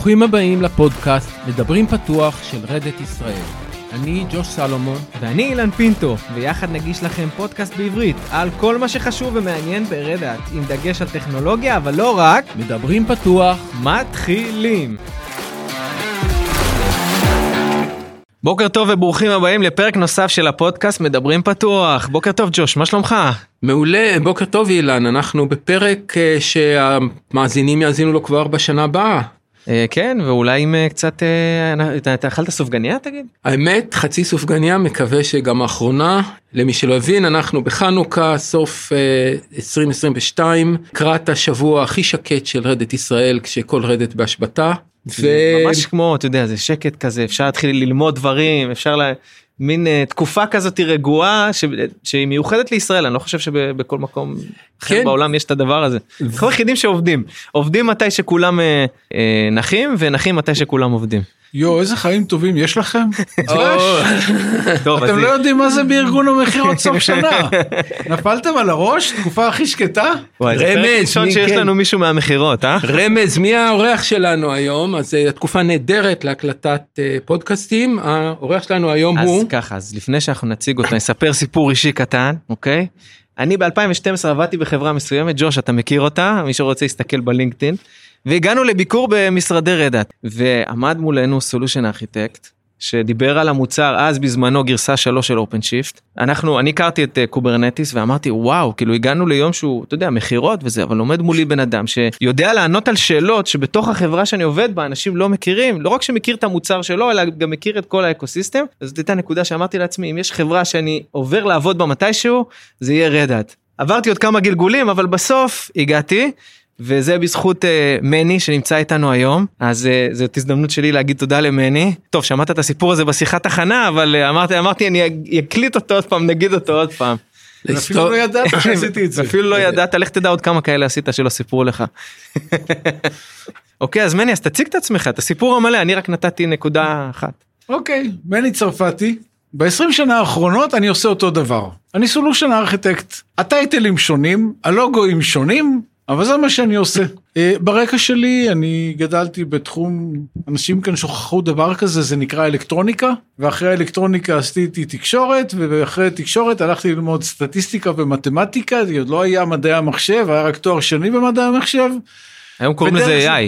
ברוכים הבאים לפודקאסט מדברים פתוח של רדת ישראל. אני ג'וש סלומון. ואני אילן פינטו, ויחד נגיש לכם פודקאסט בעברית על כל מה שחשוב ומעניין ברדת, עם דגש על טכנולוגיה, אבל לא רק. מדברים פתוח. מתחילים. בוקר טוב וברוכים הבאים לפרק נוסף של הפודקאסט מדברים פתוח. בוקר טוב ג'וש, מה שלומך? מעולה, בוקר טוב אילן, אנחנו בפרק שהמאזינים יאזינו לו כבר בשנה הבאה. כן, ואולי עם קצת, אתה אכלת סופגניה תגיד? האמת, חצי סופגניה, מקווה שגם האחרונה. למי שלא הבין, אנחנו בחנוכה, סוף 2022, קראת השבוע הכי שקט של רדת ישראל, כשכל רדת בהשבתה. ממש כמו, אתה יודע, זה שקט כזה, אפשר להתחיל ללמוד דברים, אפשר מין תקופה כזאת רגועה, שהיא מיוחדת לישראל, אני לא חושב שבכל מקום אחר בעולם יש את הדבר הזה. אנחנו היחידים שעובדים, עובדים מתי שכולם נחים, ונחים מתי שכולם עובדים. איזה חיים טובים יש לכם? אתם לא יודעים מה זה בארגון המחירות סוף שנה. נפלתם על הראש? תקופה הכי שקטה? רמז, שיש לנו מישהו מהמחירות, רמז, מי האורח שלנו היום? אז תקופה נהדרת להקלטת פודקאסטים. האורח שלנו היום הוא... אז ככה, אז לפני שאנחנו נציג אותה, נספר סיפור אישי קטן, אוקיי? אני ב-2012 עבדתי בחברה מסוימת, ג'וש, אתה מכיר אותה? מי שרוצה להסתכל בלינקדאין. והגענו לביקור במשרדי רדת, ועמד מולנו סולושן ארכיטקט, שדיבר על המוצר, אז בזמנו גרסה 3 של אופנשיפט. אני הכרתי את קוברנטיס, ואמרתי, וואו, כאילו הגענו ליום שהוא, אתה יודע, מחירות וזה, אבל עומד מולי בן אדם, שיודע לענות על שאלות, שבתוך החברה שאני עובד בה, אנשים לא מכירים, לא רק שמכיר את המוצר שלו, אלא גם מכיר את כל האקוסיסטם. אז זאת הייתה נקודה שאמרתי לעצמי, אם יש חברה שאני עובר לעבוד בה מתישהו, זה יהיה רדת. עברתי עוד כמה גלגולים, אבל בסוף הגעתי, וזה בזכות מני שנמצא איתנו היום, אז זאת הזדמנות שלי להגיד תודה למני. טוב, שמעת את הסיפור הזה בשיחת הכנה, אבל אמרתי אני אקליט אותו עוד פעם, נגיד אותו עוד פעם. אפילו לא ידעת שעשיתי את זה. אפילו לא ידעת, לך תדע עוד כמה כאלה עשית שלא סיפרו לך. אוקיי, אז מני, אז תציג את עצמך, את הסיפור המלא, אני רק נתתי נקודה אחת. אוקיי, מני צרפתי. ב-20 שנה האחרונות אני עושה אותו דבר. אני סולושן ארכיטקט. הטייטלים שונים, הלוגוים שונים, אבל זה מה שאני עושה. ברקע שלי אני גדלתי בתחום, אנשים כאן שוכחו דבר כזה, זה נקרא אלקטרוניקה, ואחרי האלקטרוניקה עשיתי תקשורת, ואחרי תקשורת הלכתי ללמוד סטטיסטיקה ומתמטיקה, זה עוד לא היה מדעי המחשב, היה רק תואר שני במדעי המחשב. היום קוראים לזה AI.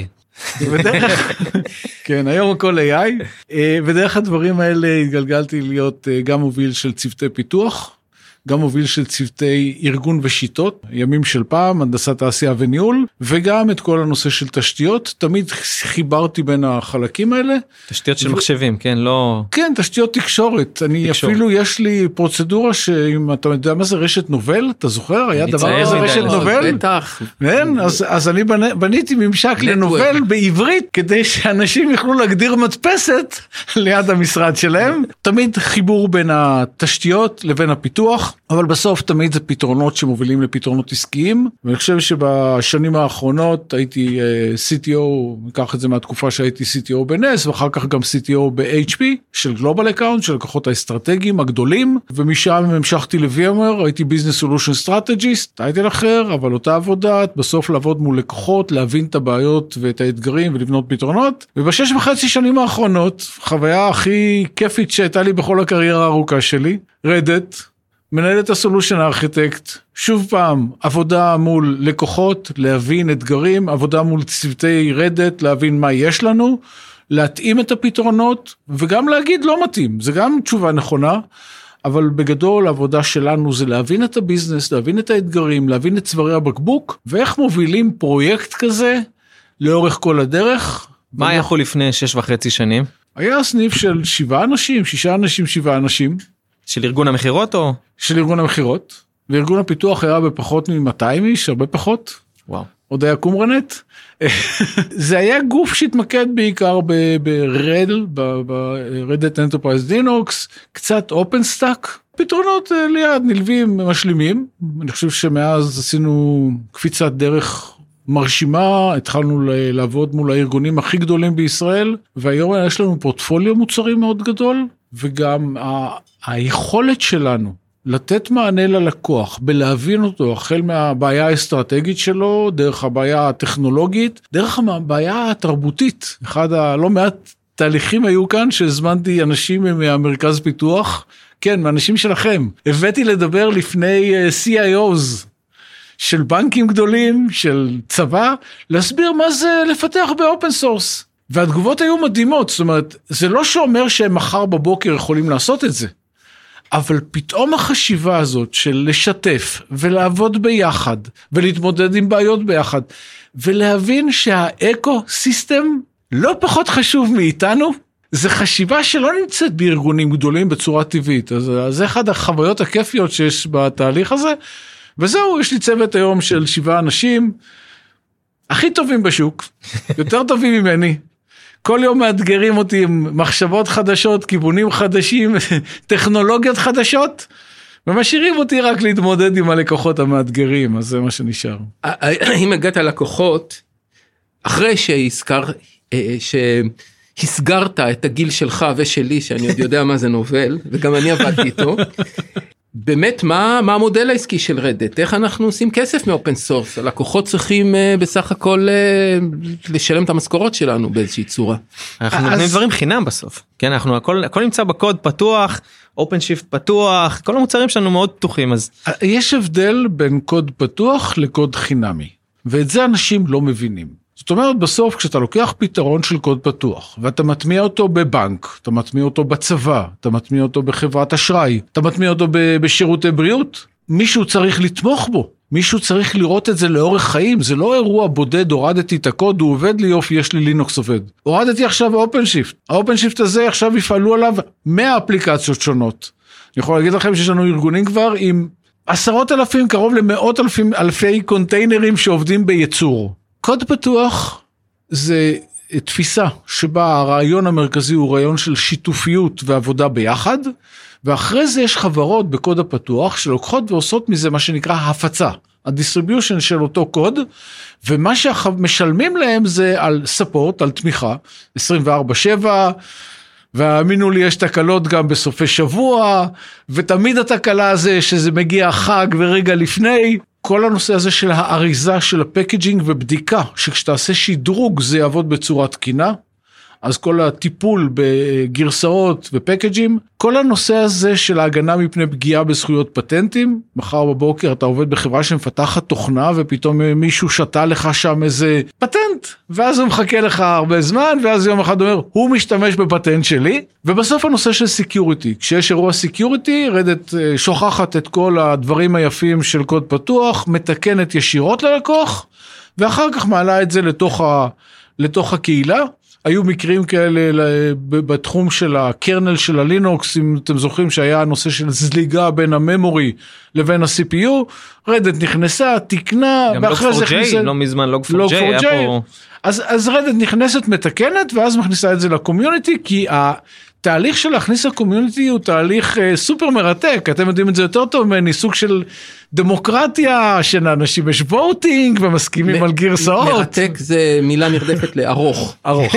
כן, היום הכל AI, ודרך הדברים האלה התגלגלתי להיות גם מוביל של צוותי פיתוח, גם מוביל של צוותי ארגון ושיטות, ימים של פעם, הנדסת תעשייה וניהול, וגם את כל הנושא של תשתיות, תמיד חיברתי בין החלקים האלה. תשתיות של מחשבים, כן, לא... כן, תשתיות תקשורת. אפילו יש לי פרוצדורה שאם אתה יודע מה זה רשת נובל, אתה זוכר? היה דבר כזה רשת נובל? בטח. כן, אז אני בניתי ממשק לנובל בעברית, כדי שאנשים יוכלו להגדיר מדפסת ליד המשרד שלהם. תמיד חיבור בין התשתיות לבין הפיתוח, אבל בסוף תמיד זה פתרונות שמובילים לפתרונות עסקיים, ואני חושב שבשנים האחרונות הייתי CTO, ניקח את זה מהתקופה שהייתי CTO בנס, ואחר כך גם CTO ב-HP, של Global Account, של לקוחות האסטרטגיים הגדולים, ומשם המשכתי ל-VMware, הייתי Business Solution Strategist, טייטל אחר, אבל אותה עבודה, בסוף לעבוד מול לקוחות, להבין את הבעיות ואת האתגרים ולבנות פתרונות, וב6.5 שנים האחרונות, חוויה הכי כיפית שהייתה לי בכל הקריירה הארוכה שלי, רדת, מנהלת הסולושן ארכיטקט, שוב פעם, עבודה מול לקוחות, להבין אתגרים, עבודה מול צוותי רדת, להבין מה יש לנו, להתאים את הפתרונות, וגם להגיד לא מתאים, זה גם תשובה נכונה, אבל בגדול העבודה שלנו זה להבין את הביזנס, להבין את האתגרים, להבין את צווארי הבקבוק, ואיך מובילים פרויקט כזה לאורך כל הדרך. מה היה פה לפני 6.5 שנים? היה סניף של 7 אנשים, 6 אנשים, 7 אנשים. של ארגון המחירות או? של ארגון המחירות, וארגון הפיתוח היה בפחות מ-200 איש, הרבה פחות. וואו. עוד היה קומרנט. זה היה גוף שהתמקד בעיקר ב-RED, ב-Reddit Enterprise Linux, קצת OpenStack, פתרונות ליד נלווים משלימים. אני חושב שמאז עשינו קפיצת דרך מרשימה, התחלנו לעבוד מול הארגונים הכי גדולים בישראל, והיום יש לנו פורטפוליו מוצרים מאוד גדול, וגם היכולת שלנו לתת מענה ללקוח, בלהבין אותו, החל מהבעיה האסטרטגית שלו, דרך הבעיה הטכנולוגית, דרך הבעיה התרבותית. אחד הלא מעט תהליכים היו כאן, שהזמנתי אנשים מהמרכז פיתוח, כן, מאנשים שלכם. הבאתי לדבר לפני CIOs, של בנקים גדולים, של צבא, להסביר מה זה לפתח באופן סורס. והתגובות היו מדהימות, זאת אומרת, זה לא שאומר שהם מחר בבוקר יכולים לעשות את זה, אבל פתאום החשיבה הזאת של לשתף ולעבוד ביחד, ולהתמודד עם בעיות ביחד, ולהבין שהאקו-סיסטם לא פחות חשוב מאיתנו, זה חשיבה שלא נמצאת בארגונים גדולים בצורה טבעית, אז זה אחד החוויות הכיפיות שיש בתהליך הזה, וזהו, יש לי צוות היום של 7 אנשים, הכי טובים בשוק, יותר טובים ממני, כל יום מאתגרים אותי עם מחשבות חדשות, כיוונים חדשים, טכנולוגיות חדשות, ומשאירים אותי רק להתמודד עם הלקוחות המאתגרים, אז זה מה שנשאר. אם הגעת לקוחות, אחרי שהסגרת את הגיל שלך ושלי, שאני עוד יודע מה זה נובל, וגם אני עבדתי איתו, באמת, מה המודל העסקי של רדט? איך אנחנו עושים כסף מאופן סורס? הלקוחות צריכים בסך הכל לשלם את המשכורות שלנו באיזושהי צורה. אנחנו נותנים דברים חינם בסוף. כן, אנחנו הכל נמצא בקוד פתוח, אופן שיפט פתוח, כל המוצרים שלנו מאוד פתוחים. אז יש הבדל בין קוד פתוח לקוד חינמי, ואת זה אנשים לא מבינים. זאת אומרת, בסוף, כשאתה לוקח פתרון של קוד פתוח, ואתה מטמיע אותו בבנק, אתה מטמיע אותו בצבא, אתה מטמיע אותו בחברת אשראי, אתה מטמיע אותו בשירותי בריאות, מישהו צריך לתמוך בו, מישהו צריך לראות את זה לאורך חיים, זה לא אירוע בודד, הורדתי את הקוד, הוא עובד לי, יופי, יש לי לינוקס עובד. הורדתי עכשיו אופן שיפט, האופן שיפט הזה עכשיו יפעלו עליו 100 אפליקציות שונות. אני יכול להגיד לכם שיש לנו ארגונים כבר עם 10,000, קרוב למאות אלפי קונטיינרים שעובדים בייצור. קוד פתוח זה תפיסה שבה הרעיון המרכזי הוא רעיון של שיתופיות ועבודה ביחד, ואחרי זה יש חברות בקוד הפתוח שלוקחות ועושות מזה מה שנקרא הפצה, הדיסטריביושן של אותו קוד, ומה שמשלמים להם זה על ספורט, על תמיכה, 24/7, והאמינו לי יש תקלות גם בסופי שבוע, ותמיד התקלה הזה שזה מגיע חג ורגע לפני, כל הנושא הזה של האריזה של הפקג'ינג ובדיקה, שכשתעשה שדרוג זה יעבוד בצורה תקינה, אז כל הטיפול בגרסאות ופקג'ים, כל הנושא הזה של ההגנה מפני פגיעה בזכויות פטנטים, מחר בבוקר אתה עובד בחברה שמפתחת תוכנה, ופתאום מישהו שתה לך שם איזה פטנט, ואז הוא מחכה לך הרבה זמן, ואז יום אחד אומר, הוא משתמש בפטנט שלי, ובסוף הנושא של סקיוריטי, כשיש אירוע סקיוריטי, רדט שוכחת את כל הדברים היפים של קוד פתוח, מתקנת ישירות ללקוח, ואחר כך מעלה את זה לתוך הקהילה, היו מקרים כאלה בתחום של הקרנל של הלינוקס, אם אתם זוכרים שהיה הנושא של זליגה בין הממורי לבין ה-CPU, רדט נכנסה, תקנה, ואחרי זה נכנסה... לא מזמן, Log4j היה פה... אז רדט נכנסת, מתקנת, ואז מכניסה את זה לקומיוניטי, כי התהליך של להכניס לקומיוניטי הוא תהליך סופר מרתק, אתם יודעים את זה יותר טוב ממני, סוג של דמוקרטיה, שאנשים יש ווטינג ומסכימים על גרסאות. מרתק זה מילה נרדפת לארוך. ארוך.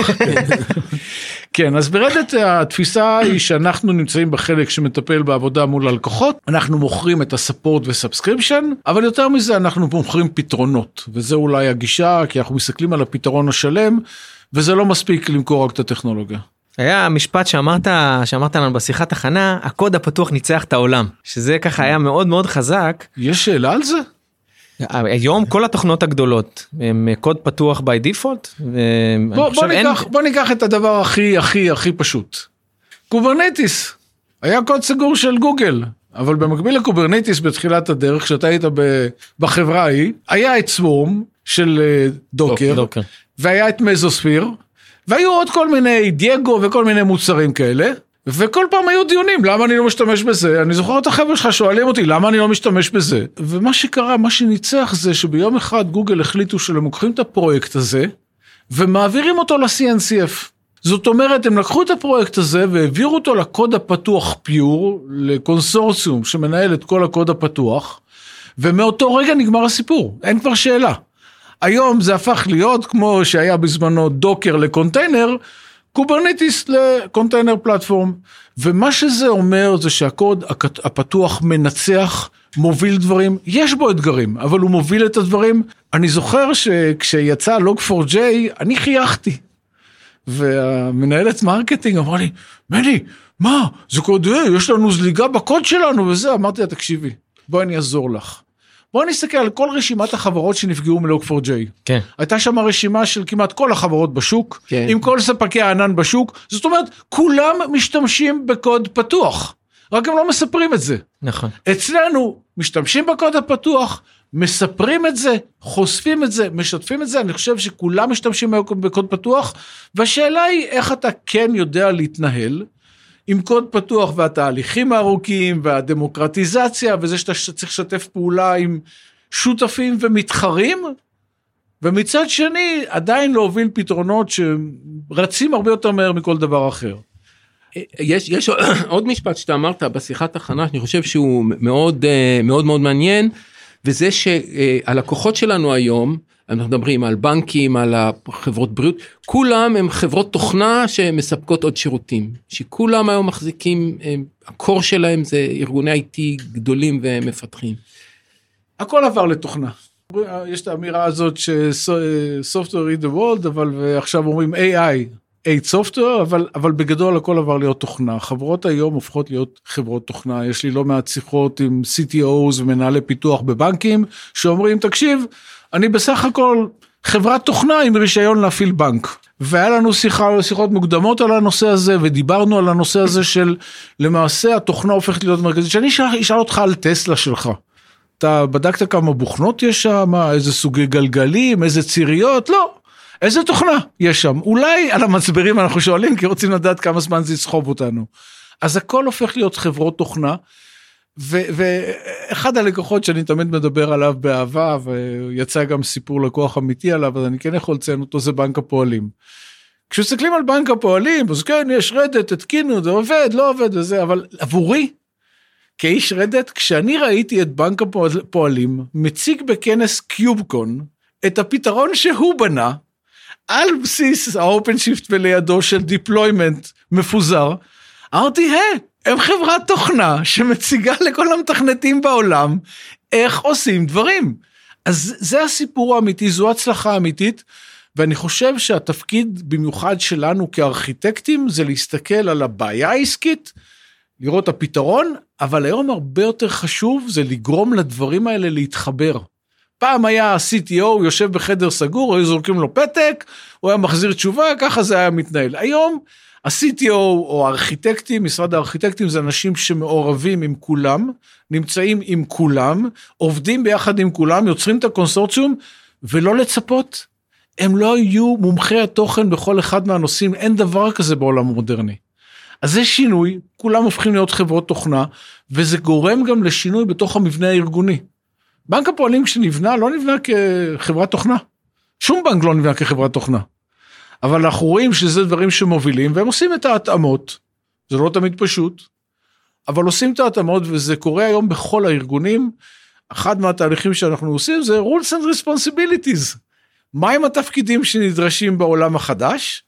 כן, אז ברדט התפיסה היא שאנחנו נמצאים בחלק שמטפל בעבודה מול הלקוחות, אנחנו מוכרים את הספורט וסאבסקריפשן, אבל יותר מזה אנחנו מוכרים פתרונות, וזה אולי הגישה, כי אנחנו מסתכלים על הפתרון השלם, וזה לא מספיק למכור רק את הטכנולוגיה. היה משפט שאמרת לנו בשיחת הכנה, הקוד הפתוח ניצח את העולם, שזה ככה היה מאוד מאוד חזק. יש שאלה על זה? היום כל התוכנות הגדולות הם קוד פתוח by default. בוא ניקח את הדבר הכי פשוט. קוברנטיס, היה קוד סגור של גוגל, אבל במקביל לקוברנטיס בתחילת הדרך, כשאתה היית בחברה ההיא, היה את סוורם של דוקר, והיה את מזוספיר, והיו עוד כל מיני דייגו וכל מיני מוצרים כאלה, וכל פעם היו דיונים, למה אני לא משתמש בזה? אני זוכר את החבר'ה שלך שואלים אותי, למה אני לא משתמש בזה? ומה שקרה, מה שניצח זה שביום אחד גוגל החליטו שהם לוקחים את הפרויקט הזה, ומעבירים אותו ל-CNCF. זאת אומרת, הם לקחו את הפרויקט הזה, והעבירו אותו לקוד הפתוח פיור, לקונסורציום שמנהל את כל הקוד הפתוח, ומאותו רגע נגמר הסיפור, אין כבר שאלה. היום זה הפך להיות, כמו שהיה בזמנו דוקר לקונטיינר, קוברניטיס לקונטיינר פלטפורם, ומה שזה אומר זה שהקוד הפתוח מנצח, מוביל דברים, יש בו אתגרים, אבל הוא מוביל את הדברים. אני זוכר שכשיצא Log4j, אני חייכתי, והמנהלת מרקטינג אמרה לי, מני, מה, זה קוד, יש לנו זליגה בקוד שלנו, וזה, אמרתי לה, תקשיבי, בואי אני אעזור לך. בואו נסתכל על כל רשימת החברות שנפגעו מ-Log4j. כן. הייתה שם רשימה של כמעט כל החברות בשוק, כן. עם כל ספקי הענן בשוק, זאת אומרת, כולם משתמשים בקוד פתוח, רק הם לא מספרים את זה. נכון. אצלנו משתמשים בקוד הפתוח, מספרים את זה, חושפים את זה, משתפים את זה, אני חושב שכולם משתמשים בקוד פתוח, והשאלה היא איך אתה כן יודע להתנהל, עם קוד פתוח והתהליכים הארוכים והדמוקרטיזציה וזה שאתה צריך לשתף פעולה עם שותפים ומתחרים, ומצד שני עדיין להוביל פתרונות שרצים הרבה יותר מהר מכל דבר אחר. יש עוד משפט שאתה אמרת בשיחת הכנה, אני חושב שהוא מאוד מאוד מאוד מעניין, וזה שהלקוחות שלנו היום, אנחנו מדברים על בנקים, על החברות בריאות, כולם הם חברות תוכנה שמספקות עוד שירותים, שכולם היום מחזיקים, הקור שלהם זה ארגוני IT גדולים ומפתחים. הכל עבר לתוכנה. יש את האמירה הזאת ש-software in the world, אבל עכשיו אומרים AI, software, אבל בגדול הכל עבר להיות תוכנה. חברות היום הופכות להיות חברות תוכנה. יש לי לא מעט שיחות עם CTOs ומנהלי פיתוח בבנקים, שאומרים, תקשיב, אני בסך הכל חברת תוכנה עם רישיון להפעיל בנק. והיה לנו שיחות מוקדמות על הנושא הזה, ודיברנו על הנושא הזה של, למעשה התוכנה הופכת להיות מרכזית. שאני אשאל אותך על טסלה שלך. אתה בדקת כמה בוכנות יש שם, איזה סוגי גלגלים, איזה ציריות? לא. איזה תוכנה יש שם? אולי על המצברים אנחנו שואלים, כי רוצים לדעת כמה זמן זה יסחוב אותנו. אז הכל הופך להיות חברות תוכנה, ואחד הלקוחות שאני תמיד מדבר עליו באהבה, ויצא גם סיפור לקוח אמיתי עליו, אז אני כן יכול לציין אותו, זה בנק הפועלים. כשמסתכלים על בנק הפועלים, אז כן, יש רדט, התקינו, זה עובד, לא עובד, וזה, אבל עבורי, כאיש רדט, כשאני ראיתי את בנק הפועלים, מציג בכנס קיובקון, את הפתרון שהוא בנה, על בסיס האופנשיפט ולידו של דיפלוימנט מפוזר, אמרתי, הם חברת תוכנה שמציגה לכל המתכנתים בעולם, איך עושים דברים. אז זה הסיפור האמיתי, זו הצלחה אמיתית, ואני חושב שהתפקיד במיוחד שלנו כארכיטקטים, זה להסתכל על הבעיה העסקית, לראות את הפתרון, אבל היום הרבה יותר חשוב, זה לגרום לדברים האלה להתחבר. פעם היה CTO יושב בחדר סגור, היו זורקים לו פתק, הוא היה מחזיר תשובה, ככה זה היה מתנהל. היום, ה-CTO או הארכיטקטים, משרד הארכיטקטים, זה אנשים שמעורבים עם כולם, נמצאים עם כולם, עובדים ביחד עם כולם, יוצרים את הקונסורציום, ולא לצפות, הם לא יהיו מומחי התוכן בכל אחד מהנושאים, אין דבר כזה בעולם המודרני. אז זה שינוי, כולם הופכים להיות חברות תוכנה, וזה גורם גם לשינוי בתוך המבנה הארגוני. בנק הפועלים כשנבנה, לא נבנה כחברת תוכנה. שום בנק לא נבנה כחברת תוכנה. אבל אנחנו רואים שזה דברים שמובילים, והם עושים את ההתאמות. זה לא תמיד פשוט, אבל עושים את ההתאמות, וזה קורה היום בכל הארגונים. אחד מהתהליכים שאנחנו עושים זה rules and responsibilities. מהם התפקידים שנדרשים בעולם החדש,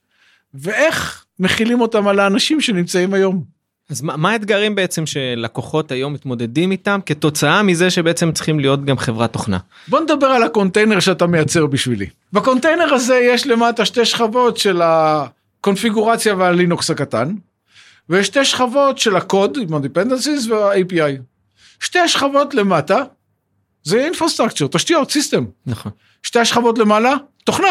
ואיך מכילים אותם על האנשים שנמצאים היום. אז מה האתגרים בעצם שלקוחות היום מתמודדים איתם, כתוצאה מזה שבעצם צריכים להיות גם חברת תוכנה? בוא נדבר על הקונטיינר שאתה מייצר בשבילי. בקונטיינר הזה יש למטה שתי שכבות של הקונפיגורציה והלינוקס הקטן, ויש שתי שכבות של הקוד, עם ה-dependencies וה-API. שתי השכבות למטה, זה infrastructure, תשתיות, סיסטם. נכון. שתי השכבות למעלה, תוכנה.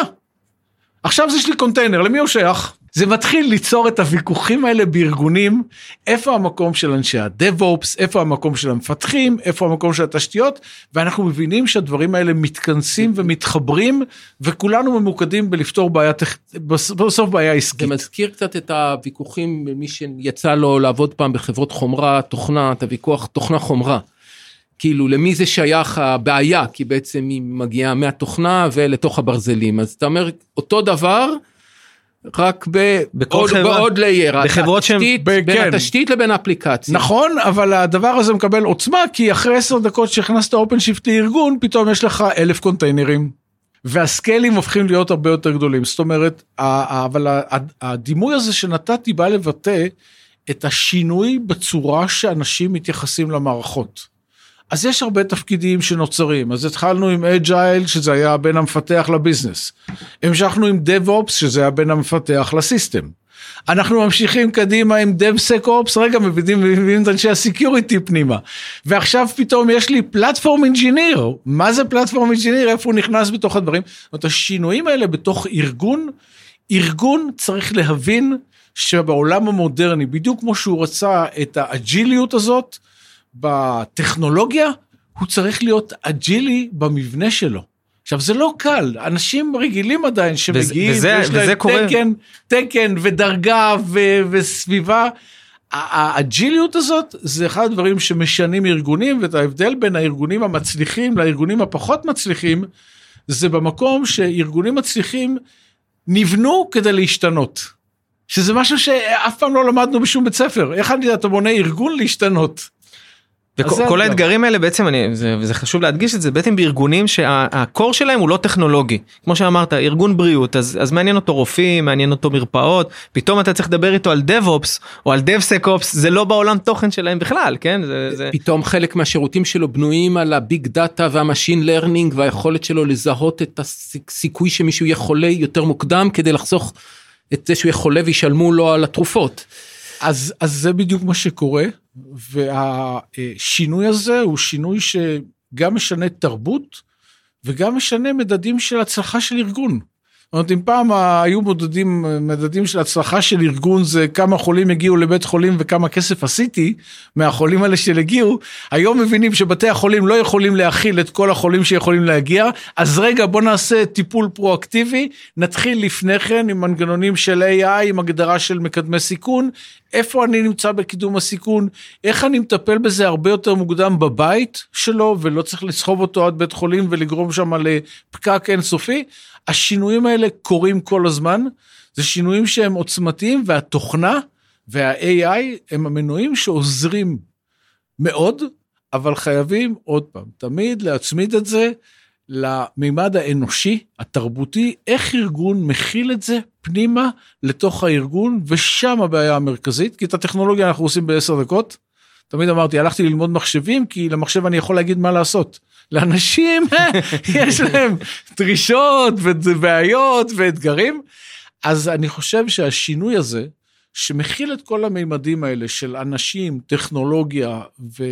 עכשיו יש לי קונטיינר, למי הוא שייך? זה מתחיל ליצור את הוויכוחים האלה בארגונים, איפה המקום של אנשי ה-DevOps, איפה המקום של המפתחים, איפה המקום של התשתיות, ואנחנו מבינים שהדברים האלה מתכנסים ומתחברים, וכולנו ממוקדים בלפתור בסוף בעיה עסקית. זה מזכיר קצת את הוויכוחים, מי שיצא לו לעבוד פעם בחברות חומרה, תוכנה, את הוויכוח תוכנה חומרה. כאילו למי זה שייך הבעיה, כי בעצם היא מגיעה מהתוכנה ולתוך הברזלים, אז אתה אומר אותו דבר, רק בעוד לייר, בין התשתית לבין האפליקציה. נכון, אבל הדבר הזה מקבל עוצמה, כי אחרי 10 דקות שהכנסת אופנשיפט לארגון, פתאום יש לך 1000 קונטיינרים, והסקיילים הופכים להיות הרבה יותר גדולים. זאת אומרת, אבל הדימוי הזה שנתתי בא לבטא את השינוי בצורה שאנשים מתייחסים למערכות. אז יש הרבה תפקידים שנוצרים. אז התחלנו עם אג'ייל, שזה היה בין המפתח לביזנס. המשכנו עם DevOps, שזה היה בין המפתח לסיסטם. אנחנו ממשיכים קדימה עם DevSecOps, רגע מביאים את אנשי הסקיוריטי פנימה. ועכשיו פתאום יש לי פלטפורם אינג'יניר. מה זה פלטפורם אינג'יניר? איפה הוא נכנס בתוך הדברים? זאת אומרת, השינויים האלה בתוך ארגון צריך להבין שבעולם המודרני, בדיוק כמו שהוא רצה את האג'יליות הזאת, בטכנולוגיה, הוא צריך להיות אג'ילי במבנה שלו. עכשיו, זה לא קל, אנשים רגילים עדיין שמגיעים, ויש להם תקן ודרגה וסביבה. האג'יליות הזאת, זה אחד הדברים שמשנים ארגונים, ואת ההבדל בין הארגונים המצליחים לארגונים הפחות מצליחים, זה במקום שארגונים מצליחים נבנו כדי להשתנות. שזה משהו שאף פעם לא למדנו בשום בית ספר. איך אתה מונה ארגון להשתנות? וכל האתגרים האלה בעצם, וזה חשוב להדגיש את זה, בעצם בארגונים שהקור שלהם הוא לא טכנולוגי. כמו שאמרת, ארגון בריאות, אז מעניין אותו רופאים, מעניין אותו מרפאות, פתאום אתה צריך לדבר איתו על DevOps, או על DevSecOps, זה לא בעולם תוכן שלהם בכלל, כן? פתאום חלק מהשירותים שלו בנויים על הביג דאטה והמשין לרנינג, והיכולת שלו לזהות את הסיכוי שמישהו יהיה חולה יותר מוקדם, כדי לחסוך את זה שהוא יהיה חולה וישלמו לו על התרופות. אז זה בדיוק מה שקורה, והשינוי הזה הוא שינוי שגם משנה תרבות, וגם משנה מדדים של הצלחה של ארגון. זאת אומרת, אם פעם היו מדדים של הצלחה של ארגון, זה כמה חולים הגיעו לבית חולים וכמה כסף עשיתי מהחולים האלה שהגיעו, היום מבינים שבתי החולים לא יכולים להכיל את כל החולים שיכולים להגיע, אז רגע בוא נעשה טיפול פרואקטיבי, נתחיל לפני כן עם מנגנונים של AI, עם הגדרה של מקדמי סיכון, איפה אני נמצא בקידום הסיכון, איך אני מטפל בזה הרבה יותר מוקדם בבית שלו, ולא צריך לסחוב אותו עד בית חולים ולגרום שם לפקק אינסופי. השינויים האלה קורים כל הזמן, זה שינויים שהם עוצמתיים, והתוכנה וה-AI הם המנועים שעוזרים מאוד, אבל חייבים עוד פעם, תמיד להצמיד את זה למימד האנושי, התרבותי, איך ארגון מכיל את זה פנימה לתוך הארגון, ושם הבעיה המרכזית, כי את הטכנולוגיה אנחנו עושים ב10 דקות, תמיד אמרתי, הלכתי ללמוד מחשבים, כי למחשב אני יכול להגיד מה לעשות. לאנשים יש להם דרישות ובעיות ואתגרים, אז אני חושב שהשינוי הזה, שמכיל את כל המימדים האלה של אנשים, טכנולוגיה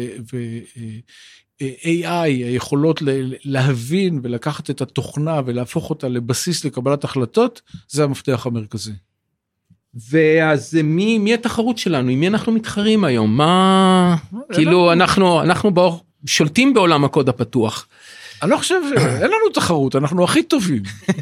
ו-AI, היכולות להבין ולקחת את התוכנה ולהפוך אותה לבסיס לקבלת החלטות, זה המפתח המרכזי. ואז מי התחרות שלנו? עם מי אנחנו מתחרים היום? מה? כאילו אנחנו שולטים בעולם הקוד הפתוח. אני לא חושב, אין לנו תחרות, אנחנו הכי טובים.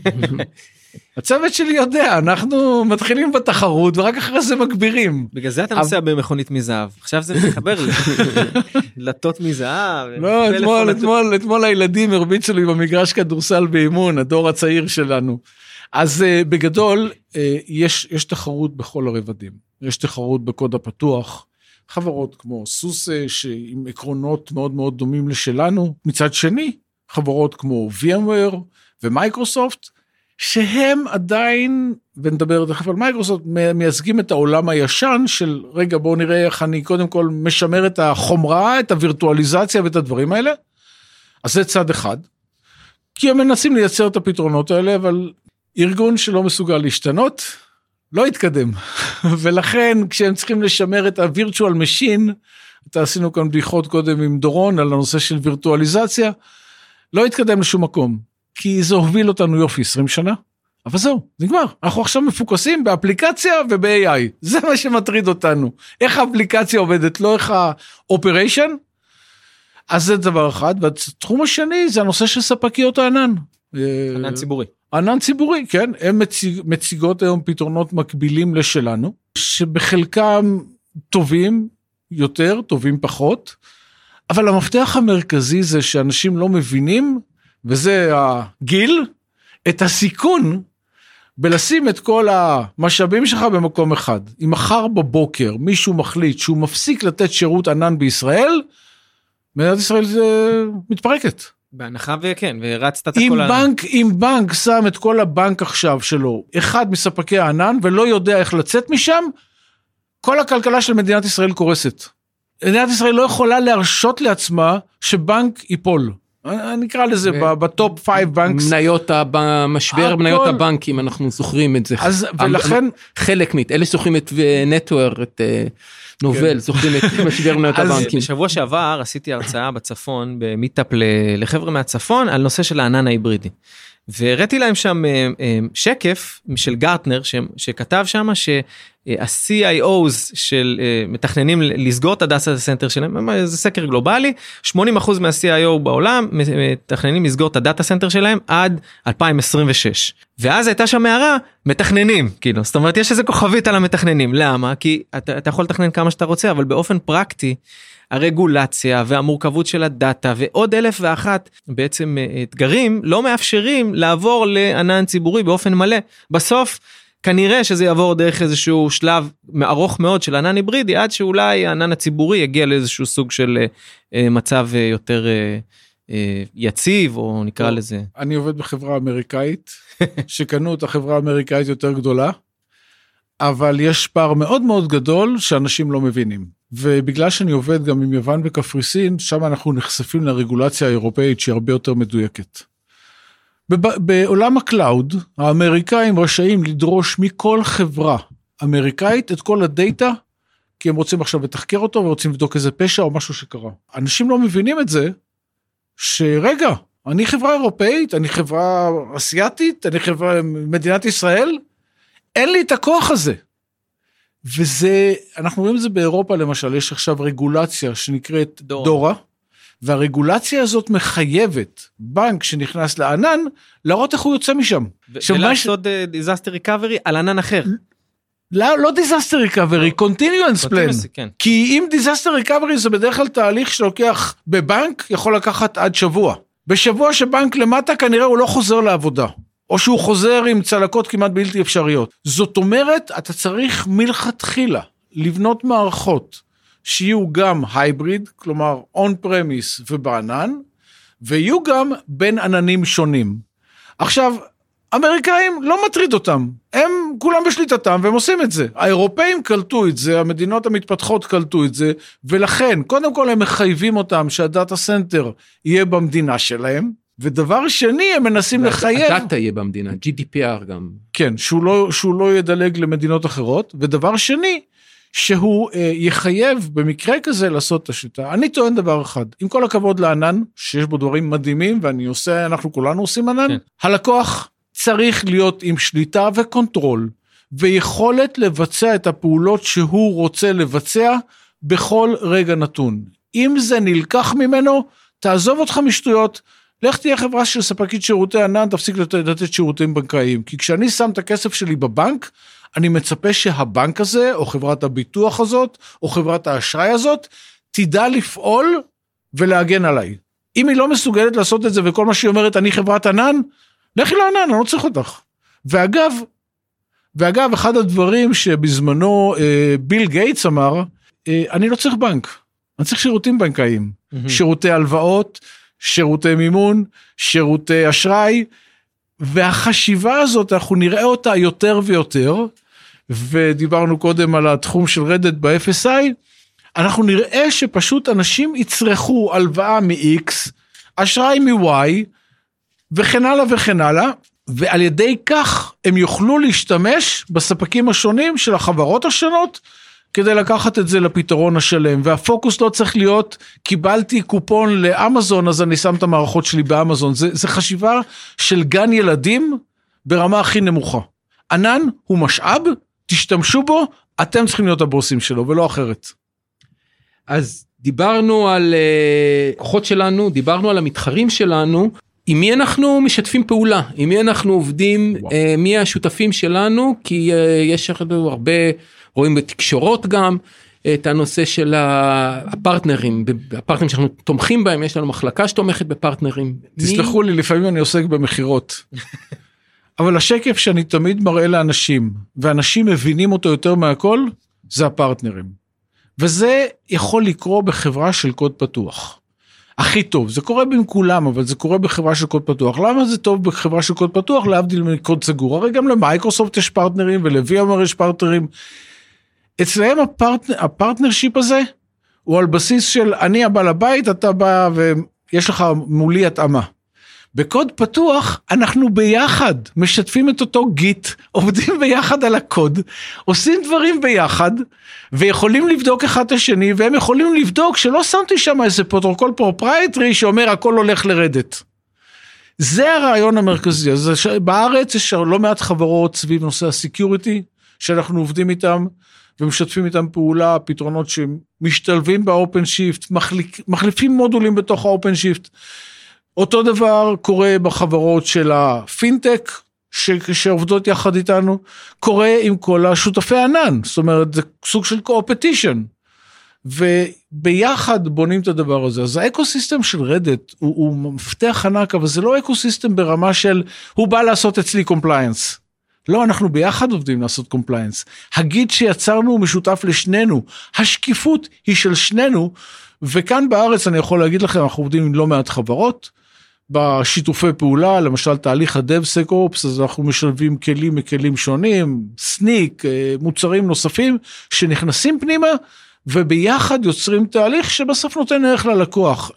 הצוות שלי יודע, אנחנו מתחילים בתחרות, ורק אחרי זה מגבירים. בגלל זה אתה נוסע במכונית מזהב. עכשיו זה מתחבר לי. דלתות מזהב. לא, אתמול הילדים הרביצו לי במגרש כדורסל באימון, הדור הצעיר שלנו. אז בגדול, יש תחרות בכל הרבדים. יש תחרות בקוד הפתוח, חברות כמו סוסה, שעם עקרונות מאוד מאוד דומים לשלנו. מצד שני, חברות כמו VMware ומייקרוסופט, שהם עדיין, ונדבר דרך על מייקרוסופט, מייצגים את העולם הישן של, רגע בואו נראה איך אני קודם כל משמר את החומרה, את הווירטואליזציה ואת הדברים האלה. אז זה צד אחד. כי הם מנסים לייצר את הפתרונות האלה, אבל ארגון שלא מסוגל להשתנות, לא יתקדם. ולכן כשהם צריכים לשמר את הווירטואל משין, עשינו כאן בדיחות קודם עם דורון על הנושא של וירטואליזציה, לא יתקדם לשום מקום. כי זה הוביל אותנו יופי 20 שנה, אבל זהו, נגמר. אנחנו עכשיו מפוקסים באפליקציה וב-AI. זה מה שמטריד אותנו. איך האפליקציה עובדת, לא איך האופריישן. אז זה דבר אחד. והתחום השני זה הנושא של ספקיות הענן. ענן ציבורי. ענן ציבורי, כן. הן מציגות היום פתרונות מקבילים לשלנו, שבחלקם טובים יותר, טובים פחות, אבל המפתח המרכזי זה שאנשים לא מבינים, וזה הגיל, את הסיכון, בלשים את כל המשאבים שלך במקום אחד. אם מחר בבוקר מישהו מחליט שהוא מפסיק לתת שירות ענן בישראל, מדינת ישראל זה מתפרקת. בהנחה וכן, ורצת את הכל. אם בנק שם את כל הבנק עכשיו שלו, אחד מספקי הענן, ולא יודע איך לצאת משם, כל הכלכלה של מדינת ישראל קורסת. מדינת ישראל לא יכולה להרשות לעצמה שבנק ייפול. אני אקרא לזה בטופ 5 בנקס. משבר מניות הבנקים, אנחנו זוכרים את זה. ולכן... חלק אלה זוכרים את נטוור, את נובל, זוכרים את משבר מניות הבנקים. בשבוע שעבר עשיתי הרצאה בצפון, במיטאפ לחבר'ה מהצפון, על נושא של הענן ההיברידי. והראיתי להם שם שקף של גרטנר, שכתב שם שה-CIOs של מתכננים לסגור את הדאטה סנטר שלהם, זה סקר גלובלי, 80% מה-CIO בעולם מתכננים לסגור את הדאטה סנטר שלהם עד 2026. ואז הייתה שם הערה, מתכננים, כאילו, זאת אומרת, יש איזה כוכבית על המתכננים. למה? כי אתה יכול לתכנן כמה שאתה רוצה, אבל באופן פרקטי, הרגולציה והמורכבות של הדאטה ועוד 1,001 בעצם אתגרים לא מאפשרים לעבור לענן ציבורי באופן מלא. בסוף כנראה שזה יעבור דרך איזשהו שלב ארוך מאוד של ענן היברידי, עד שאולי הענן הציבורי יגיע לאיזשהו סוג של מצב יותר יציב, או נקרא לזה. אני עובד בחברה אמריקאית, שקנו את החברה האמריקאית יותר גדולה, אבל יש פער מאוד מאוד גדול שאנשים לא מבינים. ובגלל שאני עובד גם עם יוון וקפריסין, שם אנחנו נחשפים לרגולציה האירופאית שהיא הרבה יותר מדויקת. בעולם הקלאוד, האמריקאים רשאים לדרוש מכל חברה אמריקאית את כל הדאטה, כי הם רוצים עכשיו לתחקר אותו, ורוצים לבדוק איזה פשע או משהו שקרה. אנשים לא מבינים את זה, שרגע, אני חברה אירופאית, אני חברה אסיאטית, אני חברה מדינת ישראל, אין לי את הכוח הזה. וזה, אנחנו רואים את זה באירופה למשל, יש עכשיו רגולציה שנקראת דורה, והרגולציה הזאת מחייבת בנק שנכנס לענן, להראות איך הוא יוצא משם. ולעשות disaster recovery על ענן אחר. לא disaster recovery, continuous plan. כי אם disaster recovery זה בדרך כלל תהליך שלוקח בבנק, יכול לקחת עד שבוע. בשבוע שבנק למטה כנראה הוא לא חוזר לעבודה. או שהוא חוזר עם צלקות כמעט בלתי אפשריות. זאת אומרת, אתה צריך מלכתחילה לבנות מערכות שיהיו גם הייבריד, כלומר און פרמיס ובענן, ויהיו גם בין עננים שונים. עכשיו, אמריקאים לא מטריד אותם, הם כולם בשליטתם והם עושים את זה. האירופאים קלטו את זה, המדינות המתפתחות קלטו את זה, ולכן, קודם כל הם מחייבים אותם שהדאטה סנטר יהיה במדינה שלהם, ודבר שני, הם מנסים לחייב... הדאטה יהיה במדינה, GDPR גם. כן, שהוא לא ידלג למדינות אחרות, ודבר שני, שהוא יחייב במקרה כזה לעשות את השיטה. אני טוען דבר אחד, עם כל הכבוד לענן, שיש בו דברים מדהימים, אנחנו כולנו עושים ענן, כן. הלקוח צריך להיות עם שליטה וקונטרול, ויכולת לבצע את הפעולות שהוא רוצה לבצע, בכל רגע נתון. אם זה נלקח ממנו, תעזוב אותך משטויות, לך תהיה חברה של ספקית שירותי ענן, תפסיק לתת שירותים בנקאיים, כי כשאני שם את הכסף שלי בבנק, אני מצפה שהבנק הזה, או חברת הביטוח הזאת, או חברת האשראי הזאת, תדע לפעול ולהגן עליי. אם היא לא מסוגלת לעשות את זה, וכל מה שהיא אומרת, אני חברת ענן, לכי לענן, אני לא צריך אותך. ואגב, אחד הדברים שבזמנו ביל גייטס אמר, אני לא צריך בנק, אני צריך שירותים בנקאיים, שירותי הלוואות, שירותי מימון, שירותי אשראי, והחשיבה הזאת, אנחנו נראה אותה יותר ויותר, ודיברנו קודם על התחום של רדט ב-FSI, אנחנו נראה שפשוט אנשים יצרכו הלוואה מ-X, אשראי מ-Y, וכן הלאה וכן הלאה, ועל ידי כך הם יוכלו להשתמש בספקים השונים של החברות השונות, כדי לקחת את זה לפתרון השלם, והפוקוס לא צריך להיות, קיבלתי קופון לאמזון, אז אני שם את המערכות שלי באמזון, זה חשיבה של גן ילדים, ברמה הכי נמוכה. ענן הוא משאב, תשתמשו בו, אתם צריכים להיות הבוסים שלו, ולא אחרת. אז דיברנו על כוחות שלנו, דיברנו על המתחרים שלנו, עם מי אנחנו משתפים פעולה, עם מי אנחנו עובדים, מי השותפים שלנו, כי יש הרבה, רואים בתקשורות גם, את הנושא של הפרטנרים, הפרטנרים שאנחנו תומכים בהם, יש לנו מחלקה שתומכת בפרטנרים. תסלחו לי, לפעמים אני עוסק במחירות. אבל השקף שאני תמיד מראה לאנשים, ואנשים מבינים אותו יותר מהכל, זה הפרטנרים. וזה יכול לקרות בחברה של קוד פתוח. הכי טוב. זה קורה בין כולם, אבל זה קורה בחברה של קוד פתוח. למה זה טוב בחברה של קוד פתוח? להבדיל מקוד סגור. הרי גם למייקרוסופט יש פרטנרים, ולווימר יש פרטנרים. אצלהם הפרטנרשיפ הזה, הוא על בסיס של אני הבעל הבית, אתה בא ויש לך מולי התאמה. בקוד פתוח אנחנו ביחד, משתפים את אותו גיט, עובדים ביחד על הקוד, עושים דברים ביחד, ויכולים לבדוק אחד את השני, והם יכולים לבדוק שלא שמתי שם איזה פרוטוקול פרופרייטרי, שאומר הכל הולך לרדת. זה הרעיון המרכזי. אז בארץ יש לא מעט חברות סביב נושא הסקיוריטי, שאנחנו עובדים איתם, ומשתפים איתם פעולה, פתרונות שמשתלבים באופן שיפט, מחליפים מודולים בתוך האופן שיפט. אותו דבר קורה בחברות של הפינטק, שעובדות יחד איתנו, קורה עם כל השותפי ענן, זאת אומרת, זה סוג של קואפטישן, וביחד בונים את הדבר הזה. אז האקוסיסטם של רדט הוא מפתח ענק, אבל זה לא אקוסיסטם ברמה של, הוא בא לעשות אצלי קומפליינס. לא, אנחנו ביחד עובדים לעשות קומפליינס. הגיד שיצרנו הוא משותף לשנינו, השקיפות היא של שנינו, וכאן בארץ אני יכול להגיד לכם, אנחנו עובדים עם לא מעט חברות, בשיתופי פעולה, למשל תהליך ה-DevSecOps, אז אנחנו משלבים כלים מכלים שונים, סניק, מוצרים נוספים, שנכנסים פנימה, וביחד יוצרים תהליך שבסוף נותן ערך ללקוח.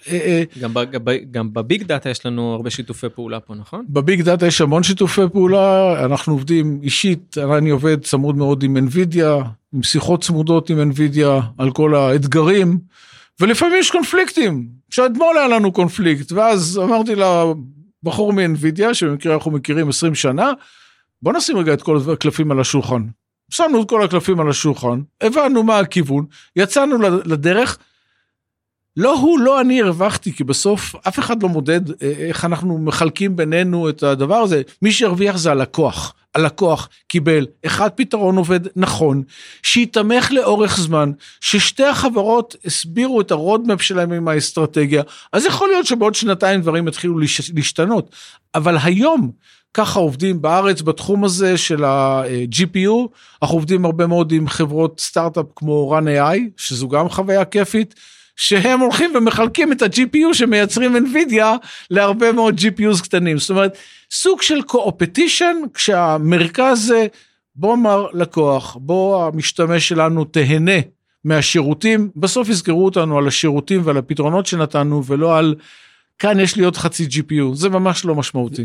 גם בביג דאטה יש לנו הרבה שיתופי פעולה פה, נכון? בביג דאטה יש המון שיתופי פעולה, אנחנו עובדים אישית, אני עובד צמוד מאוד עם NVIDIA, עם שיחות צמודות עם NVIDIA, על כל האתגרים, ולפעמים יש קונפליקטים, שאתמול היה לנו קונפליקט, ואז אמרתי לבחור מ-NVIDIA, שבמקרה אנחנו מכירים 20 שנה, בוא נשים רגע את כל הקלפים על השולחן. שמנו את כל הקלפים על השולחן, הבנו מה הכיוון, יצאנו לדרך, לא הוא, לא אני הרווחתי, כי בסוף אף אחד לא מודד איך אנחנו מחלקים בינינו את הדבר הזה, מי שהרוויח זה הלקוח, הלקוח קיבל אחד פתרון עובד נכון, שיתמך לאורך זמן, ששתי החברות הסבירו את הרודמפ שלהם עם האסטרטגיה, אז יכול להיות שבעוד שנתיים דברים התחילו להשתנות, אבל היום, ככה עובדים בארץ בתחום הזה של ה-GPU, אנחנו עובדים הרבה מאוד עם חברות סטארט-אפ כמו Run AI, שזו גם חוויה כיפית, שהם הולכים ומחלקים את ה-GPU שמייצרים NVIDIA להרבה מאוד GPUs קטנים. זאת אומרת, סוג של קואפטישן, כשהמרכז זה, בוא אמר לקוח, בוא המשתמש שלנו תהנה מהשירותים, בסוף יזכרו אותנו על השירותים ועל הפתרונות שנתנו, ולא על כאן יש לי עוד חצי GPU, זה ממש לא משמעותי.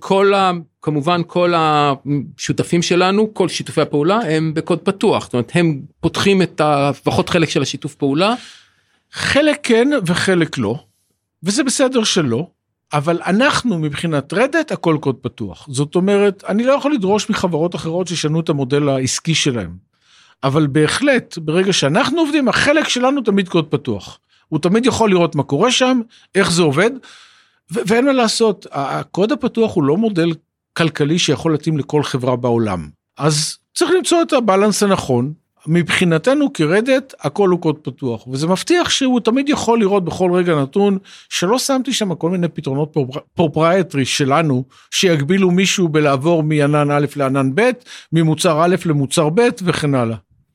כמובן כל השותפים שלנו, כל שיתופי הפעולה, הם בקוד פתוח, זאת אומרת, הם פותחים את לפחות חלק של השיתוף פעולה. חלק כן וחלק לא, וזה בסדר שלא, אבל אנחנו מבחינת רדט, הכל קוד פתוח. זאת אומרת, אני לא יכול לדרוש מחברות אחרות שישנו את המודל העסקי שלהם, אבל בהחלט, ברגע שאנחנו עובדים, החלק שלנו תמיד קוד פתוח. הוא תמיד יכול לראות מה קורה שם, איך זה עובד, ואין מה לעשות, הקוד הפתוח הוא לא מודל כלכלי שיכול להתאים לכל חברה בעולם. אז צריך למצוא את הבלנס הנכון, מבחינתנו כרדט, הכל הוא קוד פתוח, וזה מבטיח שהוא תמיד יכול לראות בכל רגע נתון, שלא שמתי שם כל מיני פתרונות פרופרייטרי שלנו, שיגבילו מישהו בלעבור מענן א' לענן ב', ממוצר א' למוצר ב' וכן הלאה.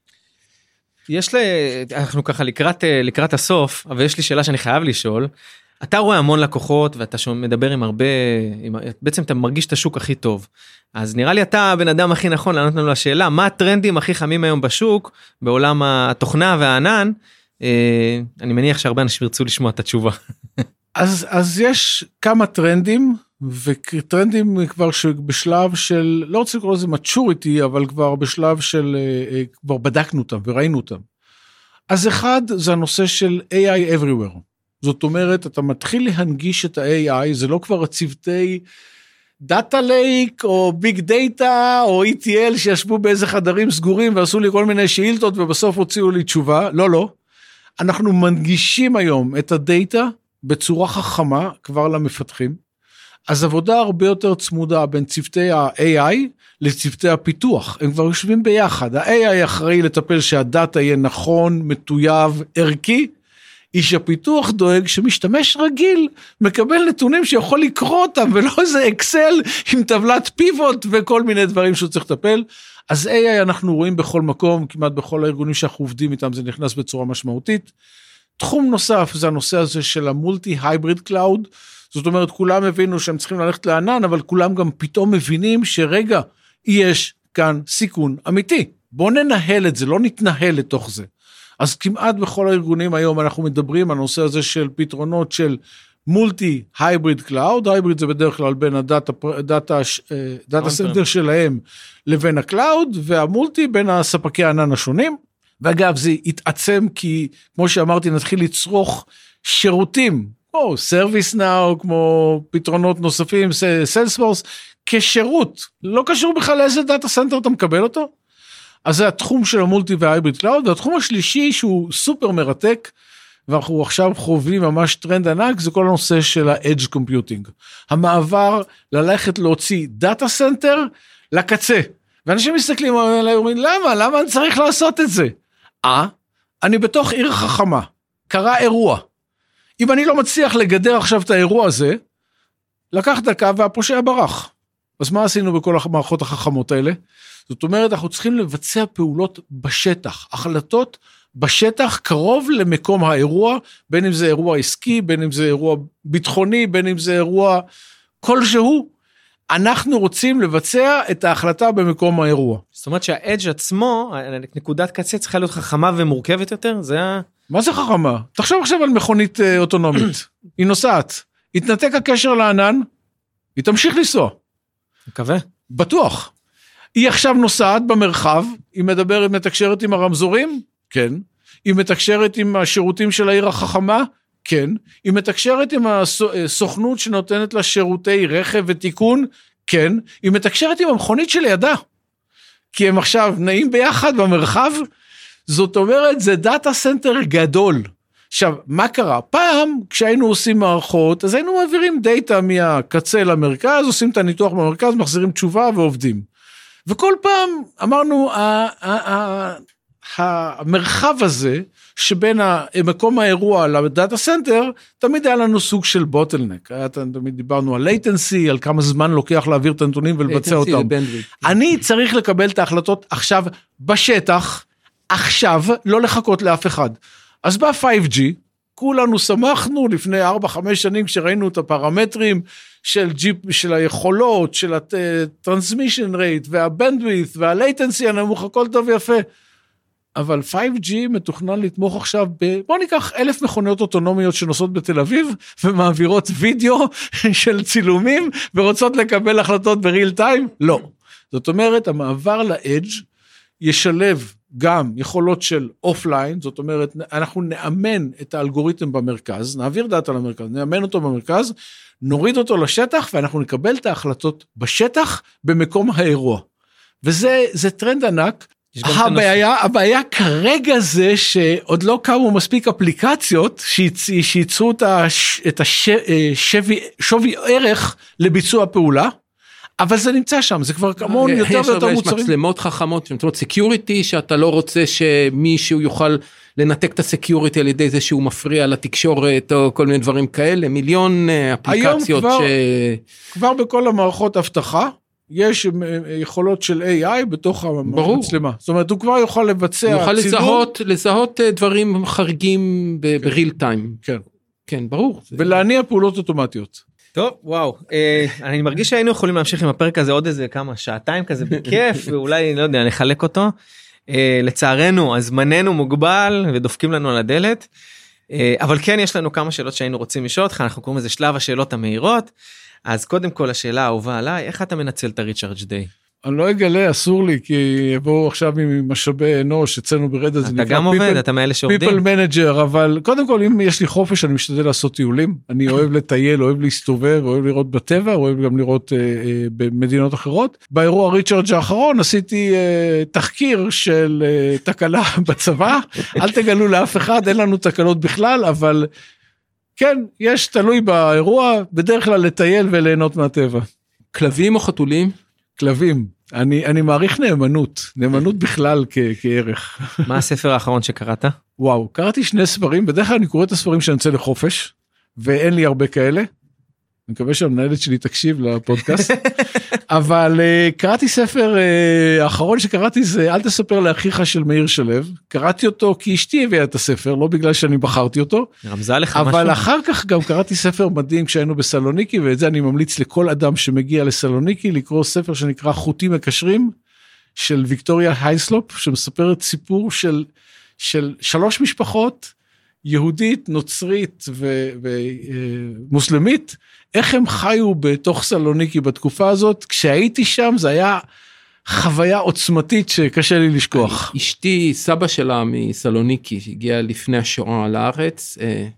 אנחנו ככה לקראת הסוף, אבל יש לי שאלה שאני חייב לשאול, אתה רואה המון לקוחות, ואתה מדבר עם הרבה, בעצם אתה מרגיש את השוק הכי טוב, אז נראה לי אתה הבן אדם הכי נכון לענות לנו לשאלה, מה הטרנדים הכי חמים היום בשוק, בעולם התוכנה והענן, אני מניח שהרבה אנשים ירצו לשמוע את התשובה. אז יש כמה טרנדים, וטרנדים כבר שבשלב של, לא רוצה לקרוא לזה maturity, אבל כבר בשלב של, כבר בדקנו אותם וראינו אותם. אז אחד זה הנושא של AI everywhere. זאת אומרת, אתה מתחיל להנגיש את ה-AI, זה לא כבר הצוותי דאטה לייק, או ביג דאטה, או ETL, שישבו באיזה חדרים סגורים, ועשו לי כל מיני שאילתות, ובסוף הוציאו לי תשובה. לא, לא. אנחנו מנגישים היום את הדאטה, בצורה חכמה, כבר למפתחים. אז עבודה הרבה יותר צמודה, בין צוותי ה-AI, לצוותי הפיתוח. הם כבר יושבים ביחד. ה-AI אחראי לטפל שהדאטה יהיה נכון, מטויב, ערכי, איש הפיתוח דואג שמשתמש רגיל מקבל נתונים שיכול לקרוא אותם, ולא איזה אקסל עם טבלת פיבוט וכל מיני דברים שהוא צריך לטפל. אז AI אנחנו רואים בכל מקום, כמעט בכל הארגונים שאנחנו עובדים איתם, זה נכנס בצורה משמעותית. תחום נוסף זה הנושא הזה של המולטי הייבריד קלאוד, זאת אומרת כולם הבינו שהם צריכים ללכת לענן, אבל כולם גם פתאום מבינים שרגע, יש כאן סיכון אמיתי, בוא ננהל את זה, לא נתנהל לתוך זה. אז כמעט בכל הארגונים היום אנחנו מדברים על הנושא הזה של פתרונות של מולטי הייבריד קלאוד, הייבריד זה בדרך כלל בין הדאטה סנטר שלהם לבין הקלאוד, והמולטי בין הספקי הענן השונים, ואגב זה יתעצם כי כמו שאמרתי נתחיל לצרוך שירותים, כמו ServiceNow, כמו פתרונות נוספים, Salesforce, כשירות, לא קשור בכלל לאיזה דאטה סנטר אתה מקבל אותו, אז זה התחום של המולטי וההייבריד קלאוד, והתחום השלישי שהוא סופר מרתק, ואנחנו עכשיו חווים ממש טרנד ענק, זה כל הנושא של ה-Edge Computing, המעבר ללכת להוציא דאטה סנטר לקצה, ואנשים מסתכלים עליי ואומרים, למה אני צריך לעשות את זה? אני בתוך עיר חכמה, קרה אירוע, אם אני לא מצליח לגדר עכשיו את האירוע הזה, לקח דקה והפושע ברח, אז מה עשינו בכל המערכות החכמות האלה? זאת אומרת, אנחנו צריכים לבצע פעולות בשטח, החלטות בשטח, קרוב למקום האירוע, בין אם זה אירוע עסקי, בין אם זה אירוע ביטחוני, בין אם זה אירוע כלשהו, אנחנו רוצים לבצע את ההחלטה במקום האירוע. זאת אומרת שהאדג' עצמו, נקודת קצה צריכה להיות חכמה ומורכבת יותר, זה מה זה חכמה? תחשוב עכשיו על מכונית אוטונומית, היא נוסעת, התנתק הקשר לענן, היא תמשיך לנסוע. מקווה. בטוח. היא עכשיו נוסעת במרחב, היא מדברת, מתקשרת עם הרמזורים? כן. היא מתקשרת עם השירותים של העיר החכמה? כן. היא מתקשרת עם הסוכנות שנותנת לה שירותי רכב ותיקון? כן. היא מתקשרת עם המכונית שלידה. כי הם עכשיו נעים ביחד במרחב? זאת אומרת, זה דאטה סנטר גדול. עכשיו, מה קרה? פעם, כשהיינו עושים מערכות, אז היינו מעבירים דאטה מהקצה למרכז, עושים את הניתוח במרכז, מחזירים תשובה ועובדים. וכל פעם אמרנו, המרחב הזה, שבין מקום האירוע לדאטה סנטר, תמיד היה לנו סוג של בוטלנק. תמיד דיברנו על latency, על כמה זמן לוקח להעביר את הנתונים ולבצע אותם. אני צריך לקבל את ההחלטות עכשיו בשטח, עכשיו, לא לחכות לאף אחד. אז בא 5G, כולנו שמחנו לפני 4-5 שנים, כשראינו את הפרמטרים של היכולות, של ה-transmission rate, וה-bandwidth, וה-latency הנמוך, הכל טוב ויפה. אבל 5G מתוכנן לתמוך עכשיו בוא ניקח 1,000 מכוניות אוטונומיות שנוסעות בתל אביב, ומעבירות וידאו של צילומים, ורוצות לקבל החלטות בריל טיים? לא. זאת אומרת, המעבר ל-Edge ישלב גם יכולות של אופליין, זאת אומרת, אנחנו נאמן את האלגוריתם במרכז, נעביר דאטה למרכז, נאמן אותו במרכז, נוריד אותו לשטח, ואנחנו נקבל את ההחלטות בשטח, במקום האירוע. וזה טרנד ענק. הבעיה כרגע זה שעוד לא קמו מספיק אפליקציות שייצרו את השווי ערך לביצוע פעולה, אבל זה נמצא שם, זה כבר כמון יותר ויותר מוצרים. יש מצלמות חכמות, זאת אומרת סקיוריטי, שאתה לא רוצה שמישהו יוכל לנתק את הסקיוריטי על ידי זה שהוא מפריע לתקשורת או כל מיני דברים כאלה, מיליון אפליקציות. היום כבר בכל המערכות הבטחה, יש יכולות של AI בתוך המצלמה. זאת אומרת, הוא כבר יוכל לבצע יוכל לזהות דברים חריגים בריל טיים. כן. כן, ברור. ולהניע פעולות אוטומטיות. טוב, וואו, אני מרגיש שהיינו יכולים להמשיך עם הפרק הזה עוד איזה כמה שעתיים כזה בכיף, ואולי, לא יודע, נחלק אותו. לצערנו, הזמננו מוגבל ודופקים לנו על הדלת, אבל כן יש לנו כמה שאלות שהיינו רוצים לשאול אותך, אנחנו קוראים לזה שלב השאלות המהירות, אז קודם כל השאלה האהובה עליי, איך אתה מנצל את הריצ'ארג' דיי? אני לא אגלה, אסור לי, כי יבואו עכשיו עם משאבי אנוש, אצלנו ברדע זה נקרא. אתה גם עובד, אתה מאלה שעובדים. People Manager, אבל קודם כל, אם יש לי חופש, אני משתדל לעשות טיולים. אני אוהב לטייל, אוהב להסתובב, אוהב לראות בטבע, אוהב גם לראות במדינות אחרות. באירוע ריצ'ארג' האחרון, עשיתי תחקיר של תקלה בצבא. אל תגלו לאף אחד, אין לנו תקלות בכלל, אבל כן, יש תלוי באירוע, בדרך כלל לטייל וליהנות מהטבע. כלבים או חתולים? כלבים. אני מעריך נאמנות בכלל כערך. מה הספר האחרון שקראת? וואו, קראתי 2 ספרים, בדרך כלל אני קורא את הספרים שאני יוצא לחופש, ואין לי הרבה כאלה. אני מקווה שהמנהלת שלי תקשיב לפודקאסט, אבל קראתי ספר, האחרון שקראתי זה אל תספר לאחיך של מאיר שלו, קראתי אותו כי אשתי הביאה את הספר, לא בגלל שאני בחרתי אותו, רמזה לך אבל משהו. אחר כך גם קראתי ספר מדהים כשהיינו בסלוניקי, ואת זה אני ממליץ לכל אדם שמגיע לסלוניקי, לקרוא ספר שנקרא חוטים מקשרים, של ויקטוריה הייסלופ, שמספרת סיפור של 3 משפחות, יהודית, נוצרית ומוסלמית, איך הם חיו בתוך סלוניקי בתקופה הזאת, כשהייתי שם זה היה חוויה עוצמתית שקשה לי לשכוח. אשתי, סבא שלה מסלוניקי, שהגיעה לפני השואה לארץ,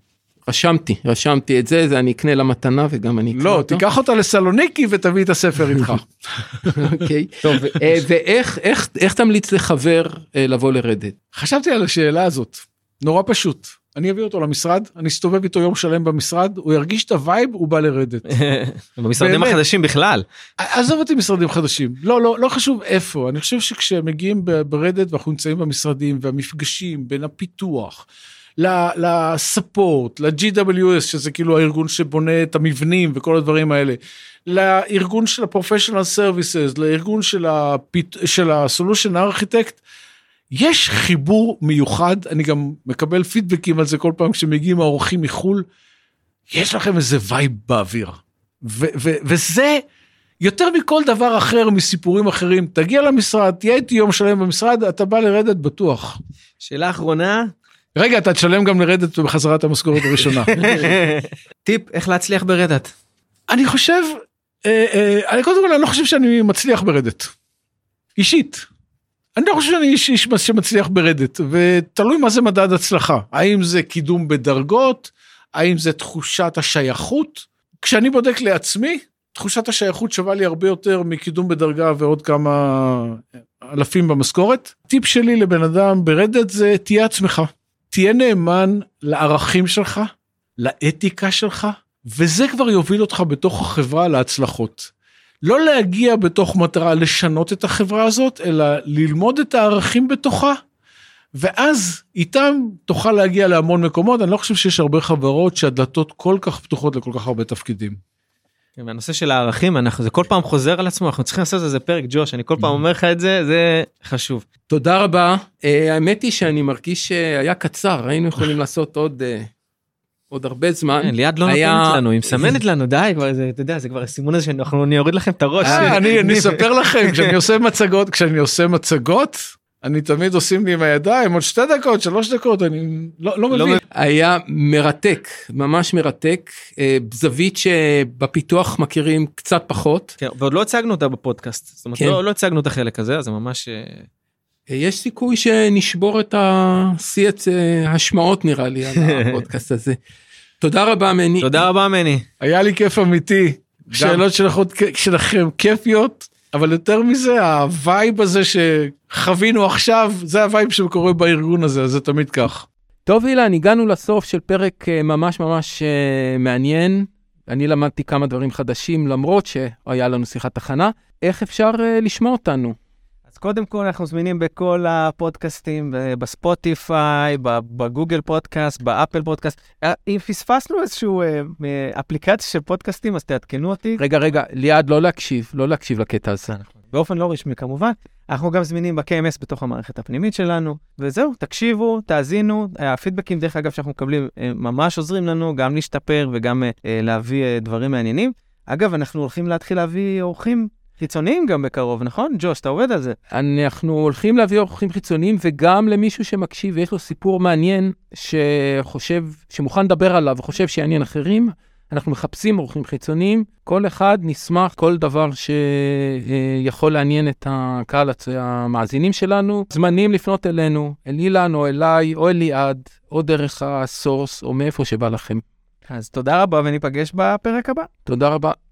רשמתי את זה אני אקנה למתנה וגם אני אקנה לא, אותו. תיקח אותה לסלוניקי ותביא את הספר איתך. אוקיי, טוב, ואיך תמליץ לחבר לבוא לרדת? חשבתי על השאלה הזאת, נורא פשוט. אני אביא אותו למשרד, אני אסתובב איתו יום שלם במשרד, הוא ירגיש את הווייב, הוא בא לרדת. במשרדים החדשים בכלל. עזוב אותי משרדים חדשים, לא חשוב איפה, אני חושב שכשמגיעים ברדת ואנחנו נמצאים במשרדים והמפגשים בין הפיתוח, לספורט, ל-GWS, שזה כאילו הארגון שבונה את המבנים וכל הדברים האלה, לארגון של ה-Professional Services, לארגון של ה-Solution Architect, יש חיבור מיוחד, אני גם מקבל פידבקים על זה כל פעם כשמגיעים האורחים מחול, יש לכם איזה וייב באוויר, וזה יותר מכל דבר אחר מסיפורים אחרים, תגיע למשרד, תהיה איתי יום שלם במשרד, אתה בא לרדת בטוח. שאלה אחרונה. רגע, אתה תשלם גם לרדת בחזרת המשכורת הראשונה. טיפ, איך להצליח ברדת? אני חושב, קודם כל אני לא חושב שאני מצליח ברדת, אישית. אני לא חושב שאני איש שמצליח ברדת, ותלוי מה זה מדד הצלחה. האם זה קידום בדרגות, האם זה תחושת השייכות. כשאני בודק לעצמי, תחושת השייכות שווה לי הרבה יותר מקידום בדרגה ועוד כמה אלפים במשכורת. טיפ שלי לבן אדם ברדת זה תהיה עצמך. תהיה נאמן לערכים שלך, לאתיקה שלך, וזה כבר יוביל אותך בתוך החברה להצלחות. לא להגיע בתוך מטרה לשנות את החברה הזאת, אלא ללמוד את הערכים בתוכה, ואז איתם תוכל להגיע להמון מקומות. אני לא חושב שיש הרבה חברות שהדלתות כל כך פתוחות לכל כך הרבה תפקידים. והנושא של הערכים, זה כל פעם חוזר על עצמו, אנחנו צריכים לעשות איזה פרק, ג'וש, אני כל פעם אומר לך את זה, זה חשוב. תודה רבה, האמת היא שאני מרגיש שהיה קצר, היינו יכולים לעשות עוד הרבה זמן. ליד לא נותנת לנו, היא מסמנת לנו, די, אתה יודע, זה כבר הסימון הזה שאני אוריד לכם את הראש. אני אספר לכם, כשאני עושה מצגות, אני תמיד עושים לי עם הידיים, עוד 2 דקות, 3 דקות, אני לא מבין. היה מרתק, ממש מרתק, זווית שבפיתוח מכירים קצת פחות. כן, ועוד לא הצגנו אותה בפודקאסט, זאת אומרת, לא הצגנו את החלק הזה, אז זה ממש... יש סיכוי שנשבור את השמעות נראה לי על הפודקאסט הזה. תודה רבה מני. תודה רבה מני. היה לי כיף אמיתי, שאלות שלכם כיפיות, אבל יותר מזה, הווייב הזה שחווינו עכשיו, זה הווייב שקורה בארגון הזה, אז זה תמיד כך. טוב אילן, הגענו לסוף של פרק ממש ממש מעניין, אני למדתי כמה דברים חדשים, למרות שהיה לנו שיחת הכנה, איך אפשר לשמוע אותנו? אז קודם כל אנחנו זמינים בכל הפודקאסטים, בספוטיפיי, בגוגל פודקאסט, באפל פודקאסט. אם פספסנו איזשהו אפליקציה של פודקאסטים, אז תעדכנו אותי. רגע, ליעד, לא להקשיב לקטע הזה. באופן לא רשמי כמובן. אנחנו גם זמינים ב-KMS בתוך המערכת הפנימית שלנו, וזהו, תקשיבו, תאזינו. הפידבקים דרך אגב שאנחנו מקבלים ממש עוזרים לנו, גם להשתפר וגם להביא דברים מעניינים. אגב, אנחנו הולכים להתחיל להביא אורחים חיצוניים גם בקרוב, נכון? ג'וש, אתה עובד על זה. אנחנו הולכים להביא אורחים חיצוניים, וגם למישהו שמקשיב, ויש לו סיפור מעניין, שמוכן לדבר עליו, וחושב שיעניין אחרים, אנחנו מחפשים אורחים חיצוניים, כל אחד נשמח, כל דבר שיכול לעניין את הקהל המאזינים שלנו, זמנים לפנות אלינו, אל אילן או אליי, או אליעד, או דרך הסורס, או מאיפה שבא לכם. אז תודה רבה, וניפגש בפרק הבא. תודה רבה.